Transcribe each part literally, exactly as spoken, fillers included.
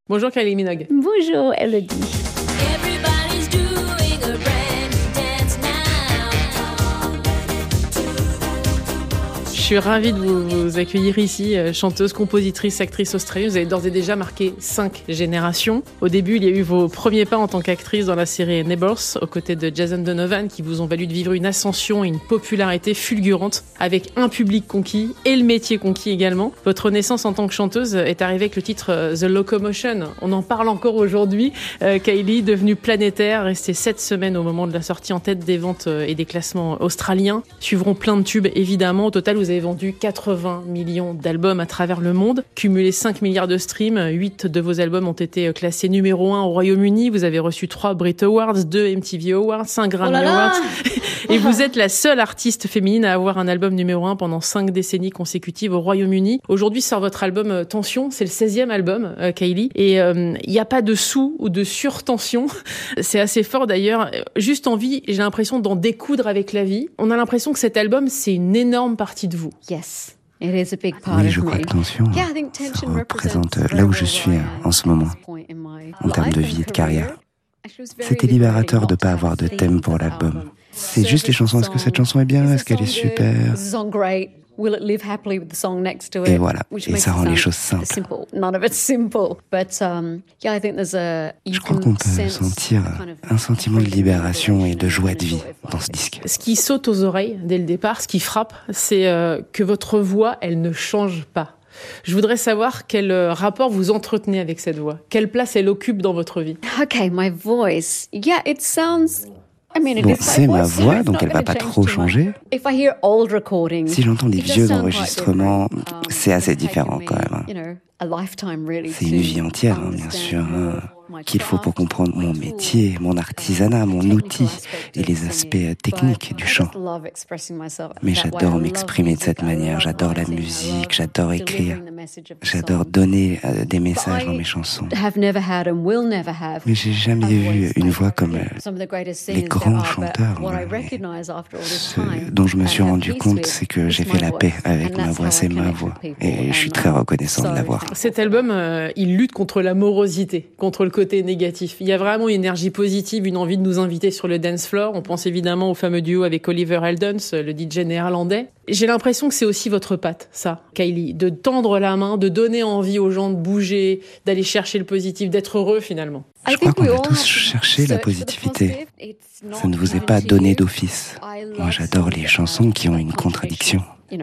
Bonjour Kylie Minogue. Bonjour Elodie. Je suis ravie de vous, vous accueillir ici, chanteuse, compositrice, actrice australienne. Vous avez d'ores et déjà marqué cinq générations. Au début, il y a eu vos premiers pas en tant qu'actrice dans la série Neighbours, aux côtés de Jason Donovan, qui vous ont valu de vivre une ascension et une popularité fulgurante, avec un public conquis et le métier conquis également. Votre naissance en tant que chanteuse est arrivée avec le titre The Locomotion. On en parle encore aujourd'hui. Euh, Kylie, devenue planétaire, restée sept semaines au moment de la sortie en tête des ventes et des classements australiens. Suivront plein de tubes, évidemment. Au total, vous avez vendu quatre-vingts millions d'albums à travers le monde, cumulé cinq milliards de streams, huit de vos albums ont été classés numéro un au Royaume-Uni, vous avez reçu trois Brit Awards, deux M T V Awards, cinq Grammy oh Awards, et vous êtes la seule artiste féminine à avoir un album numéro un pendant cinq décennies consécutives au Royaume-Uni. Aujourd'hui sort votre album Tension, c'est le seizième album, euh, Kylie, et il euh, n'y a pas de sous ou de surtension, c'est assez fort d'ailleurs, juste envie, j'ai l'impression d'en découdre avec la vie. On a l'impression que cet album, c'est une énorme partie de vous. Yes, it is a big part Oui, of je crois me. que Tension, Yeah, I think Tension ça représente là où je suis en ce moment, en termes de vie et de carrière. C'était libérateur de ne pas avoir de thème pour l'album. C'est juste les chansons. Est-ce que cette chanson est bien? Est-ce qu'elle est super? Et voilà, et ça rend les choses simples. Je crois qu'on peut sentir un sentiment de libération et de joie de vie dans ce disque. Ce qui saute aux oreilles dès le départ, ce qui frappe, c'est euh, que votre voix, elle ne change pas. Je voudrais savoir quel rapport vous entretenez avec cette voix. Quelle place elle occupe dans votre vie? Okay, my voice. Yeah, it sounds... I mean, Bon, c'est ma voix, donc elle va pas trop changer. Si j'entends des vieux enregistrements, c'est assez différent quand même. C'est une vie entière, hein, bien sûr, hein, qu'il faut pour comprendre mon métier, mon artisanat, mon outil et les aspects techniques du chant. Mais j'adore m'exprimer de cette manière, j'adore la musique, j'adore écrire, j'adore donner euh, des messages dans mes chansons. Mais j'ai jamais vu une voix comme euh, les grands chanteurs. Ce dont je me suis rendu compte, c'est que j'ai fait la paix avec ma voix, c'est ma voix. Et je suis très reconnaissant de l'avoir. Cet album, euh, il lutte contre la morosité, contre le côté négatif. Il y a vraiment une énergie positive, une envie de nous inviter sur le dance floor. On pense évidemment au fameux duo avec Oliver Heldens, le D J néerlandais. J'ai l'impression que c'est aussi votre patte, ça, Kylie, de tendre la main, de donner envie aux gens de bouger, d'aller chercher le positif, d'être heureux finalement. Je crois qu'on va tous chercher la positivité. Ça ne vous est pas donné d'office. Moi, j'adore les chansons qui ont une contradiction.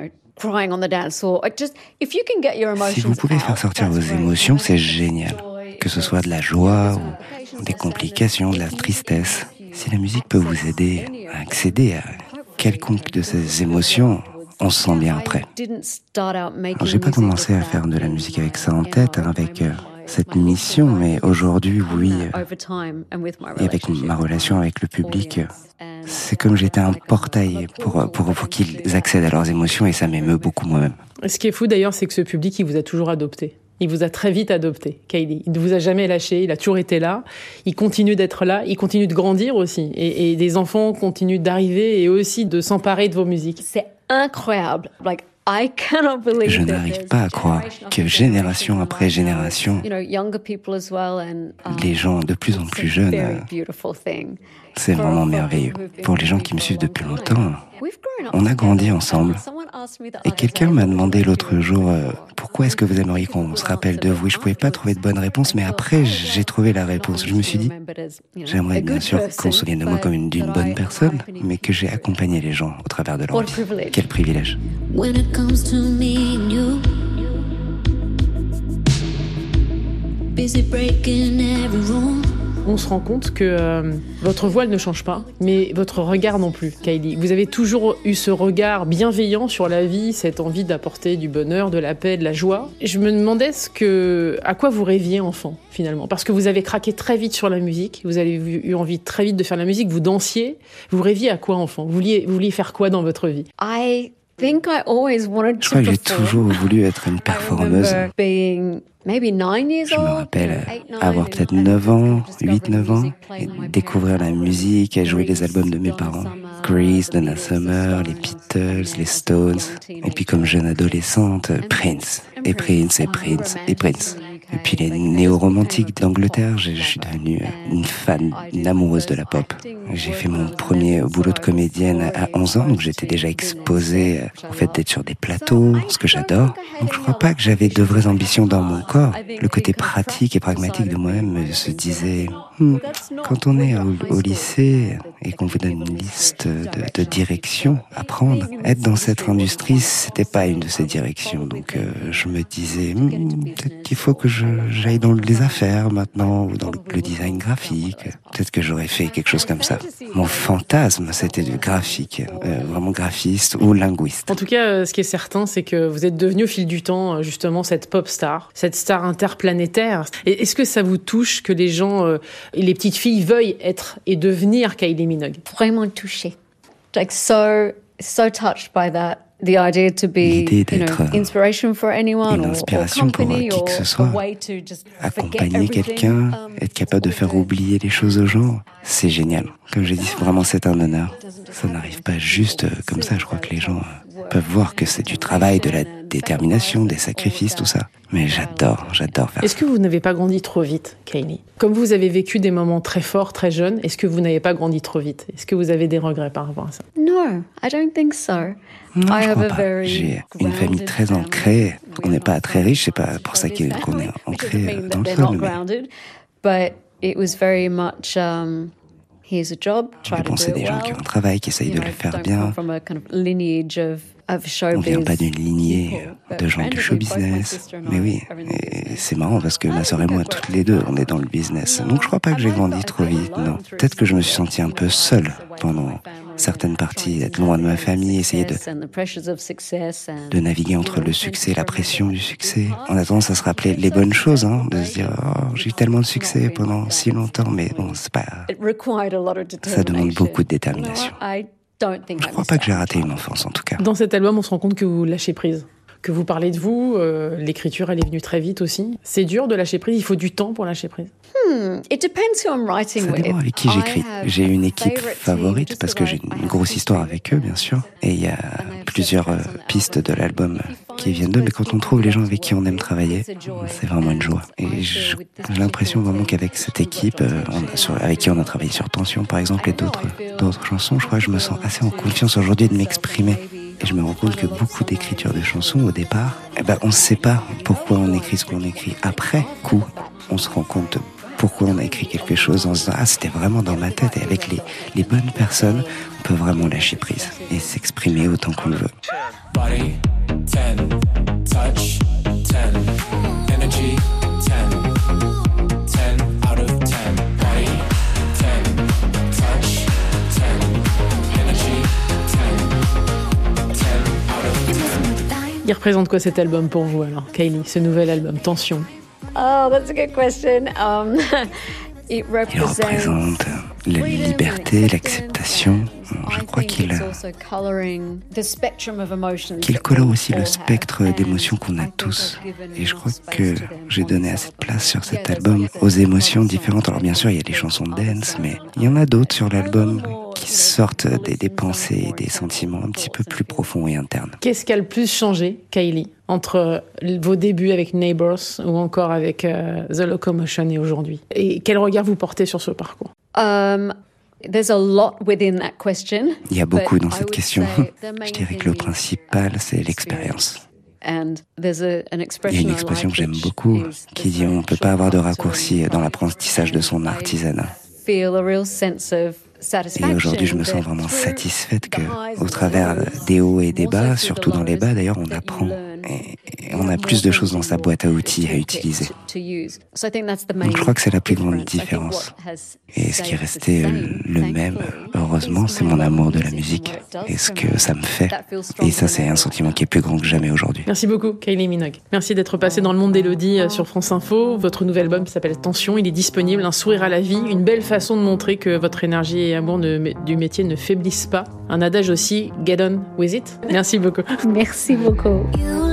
Si vous pouvez faire sortir vos émotions, c'est génial. Que ce soit de la joie ou des complications, de la tristesse. Si la musique peut vous aider à accéder à quelconque de ces émotions, on se sent bien après. Alors, j'ai pas commencé à faire de la musique avec ça en tête, hein, avec euh, cette mission, mais aujourd'hui, oui, euh, et avec ma relation avec le public, euh, c'est comme j'étais un portail pour, pour, pour qu'ils accèdent à leurs émotions et ça m'émeut beaucoup moi-même. Ce qui est fou d'ailleurs, c'est que ce public, il vous a toujours adopté. Il vous a très vite adopté, Kylie. Il ne vous a jamais lâché, il a toujours été là. Il continue d'être là, il continue de grandir aussi. Et, et des enfants continuent d'arriver et aussi de s'emparer de vos musiques. C'est incroyable. Like, I cannot believe Je n'arrive pas à croire que génération après génération, les gens de plus en plus jeunes, c'est vraiment merveilleux. Pour les gens qui me suivent depuis longtemps, on a grandi ensemble. Et quelqu'un m'a demandé l'autre jour, euh, pourquoi est-ce que vous aimeriez qu'on se rappelle de vous? Et je pouvais pas trouver de bonne réponse, mais après, j'ai trouvé la réponse. Je me suis dit, j'aimerais bien sûr qu'on se souvienne de moi comme une, d'une bonne personne, mais que j'ai accompagné les gens au travers de leur vie. Quel privilège. When it comes to me and you, busy breaking every rule. On se rend compte que euh, votre voix elle ne change pas, mais votre regard non plus, Kylie. Vous avez toujours eu ce regard bienveillant sur la vie, cette envie d'apporter du bonheur, de la paix, de la joie. Je me demandais ce que, à quoi vous rêviez enfant, finalement. Parce que vous avez craqué très vite sur la musique, vous avez eu envie très vite de faire de la musique, vous dansiez. Vous rêviez à quoi enfant? Vous vouliez, vous vouliez faire quoi dans votre vie? I think I always wanted to Je crois que j'ai toujours voulu être une performeuse. Je me rappelle avoir peut-être neuf ans, huit neuf ans, et découvrir la musique et jouer les albums de mes parents. Grease, Donna Summer, les Beatles, les Stones. Et puis comme jeune adolescente, Prince. Et Prince, et Prince, et Prince. Et puis les néo-romantiques d'Angleterre, je suis devenue une fan, une amoureuse de la pop. J'ai fait mon premier boulot de comédienne à onze ans, donc j'étais déjà exposée au fait d'être sur des plateaux, ce que j'adore. Donc je crois pas que j'avais de vraies ambitions dans mon corps. Le côté pratique et pragmatique de moi-même se disait, hmm, quand on est au, au lycée et qu'on vous donne une liste de, de directions à prendre, être dans cette industrie, c'était pas une de ces directions. Donc euh, je me disais, hmm, peut-être qu'il faut que je, j'aille dans les affaires maintenant, ou dans le, le design graphique. Peut-être que j'aurais fait quelque chose comme ça. Mon fantasme, c'était du graphique, euh, vraiment graphiste ou linguiste. En tout cas, ce qui est certain, c'est que vous êtes devenu au fil du temps, justement, cette pop star, cette star interplanétaire. Et est-ce que ça vous touche que les gens euh, et les petites filles veuillent être et devenir Kylie Minogue? Vraiment touchée. Like so, so touched by that. The idea to be, L'idée d'être you know, inspiration for anyone une inspiration pour qui que ce soit, accompagner quelqu'un, être capable de faire oublier les choses aux gens, c'est génial. Comme j'ai dit, vraiment c'est un honneur. Ça n'arrive pas juste comme ça, je crois que les gens peuvent voir que c'est du travail, de la détermination, des sacrifices, tout ça. Mais j'adore, j'adore faire ça. Est-ce que vous n'avez pas grandi trop vite, Kylie? Comme vous avez vécu des moments très forts, très jeunes, est-ce que vous n'avez pas grandi trop vite? Est-ce que vous avez des regrets par rapport à ça? No, I don't think so. Non, je crois pas. J'ai une famille très ancrée. On n'est pas très riche, c'est pas pour ça qu'on est ancré dans le sol. Mais it was very much, um, here's a job, try to do it well. Mais bon, c'est des gens qui ont un travail, qui essayent de le faire bien. On vient pas d'une lignée de gens du show business. Mais oui, et c'est marrant parce que ma sœur et moi, toutes les deux, on est dans le business. Donc je crois pas que j'ai grandi trop vite, non. Peut-être que je me suis sentie un peu seule pendant certaines parties, d'être loin de ma famille, essayer de, de naviguer entre le succès et la pression du succès. On a tendance à se rappeler les bonnes choses, hein, de se dire oh, j'ai eu tellement de succès pendant si longtemps, mais bon, c'est pas. Ça demande beaucoup de détermination. Je crois pas que j'ai raté une enfance, en tout cas. Dans cet album, on se rend compte que vous lâchez prise, que vous parlez de vous. Euh, l'écriture, elle est venue très vite aussi. C'est dur de lâcher prise. Il faut du temps pour lâcher prise. Hmm, it depends who I'm writing with. Ça dépend avec qui j'écris. J'ai une équipe favorite parce que j'ai une grosse histoire avec eux, bien sûr. Et il y a plusieurs euh, pistes de l'album qui viennent d'eux. Mais quand on trouve les gens avec qui on aime travailler, c'est vraiment une joie. Et j'ai l'impression vraiment qu'avec cette équipe, euh, on a, sur, avec qui on a travaillé sur Tension, par exemple, et d'autres, d'autres chansons, je crois que je me sens assez en confiance aujourd'hui de m'exprimer. Et je me rends compte que beaucoup d'écritures de chansons, au départ, eh ben, on ne sait pas pourquoi on écrit ce qu'on écrit. Après coup, on se rend compte pourquoi on a écrit quelque chose en se disant « Ah, c'était vraiment dans ma tête ». Et avec les, les bonnes personnes, on peut vraiment lâcher prise et s'exprimer autant qu'on le veut. Body, ten, touch, ten, energy, ten, ten out of ten. Body, ten, touch, ten, energy, ten, ten out of ten. Il représente quoi cet album pour vous alors, Kylie, ce nouvel album, Tension? Oh, that's a good question. Um, it represents... Il représente la liberté, l'acceptation. Je crois qu'il qu'il colore aussi le spectre d'émotions qu'on a tous. Et je crois que j'ai donné assez de place sur cet album aux émotions différentes. Alors bien sûr, il y a les chansons dance, mais il y en a d'autres sur l'album qui sortent des, des pensées et des sentiments un petit peu plus profonds et internes. Qu'est-ce qui a le plus changé, Kylie, entre vos débuts avec Neighbours ou encore avec uh, The Locomotion et aujourd'hui? Et quel regard vous portez sur ce parcours? um... There's a lot within that question. Il y a beaucoup dans cette question. Je dirais que le principal, c'est l'expérience. Il y a une expression que j'aime beaucoup qui dit on ne peut pas avoir de raccourci dans l'apprentissage de son artisanat. Et aujourd'hui, je me sens vraiment satisfaite que, au travers des hauts et des bas, surtout dans les bas d'ailleurs, on apprend. Et, et on a plus de choses dans sa boîte à outils à utiliser. Donc je crois que c'est la plus grande différence. Et ce qui est resté le même, heureusement, c'est mon amour de la musique et ce que ça me fait. Et ça, c'est un sentiment qui est plus grand que jamais aujourd'hui. Merci beaucoup, Kylie Minogue. Merci d'être passée dans le monde d'Élodie sur France Info. Votre nouvel album s'appelle Tension, il est disponible, un sourire à la vie, une belle façon de montrer que votre énergie et amour ne, du métier ne faiblissent pas. Un adage aussi, get on with it. Merci beaucoup. Merci beaucoup.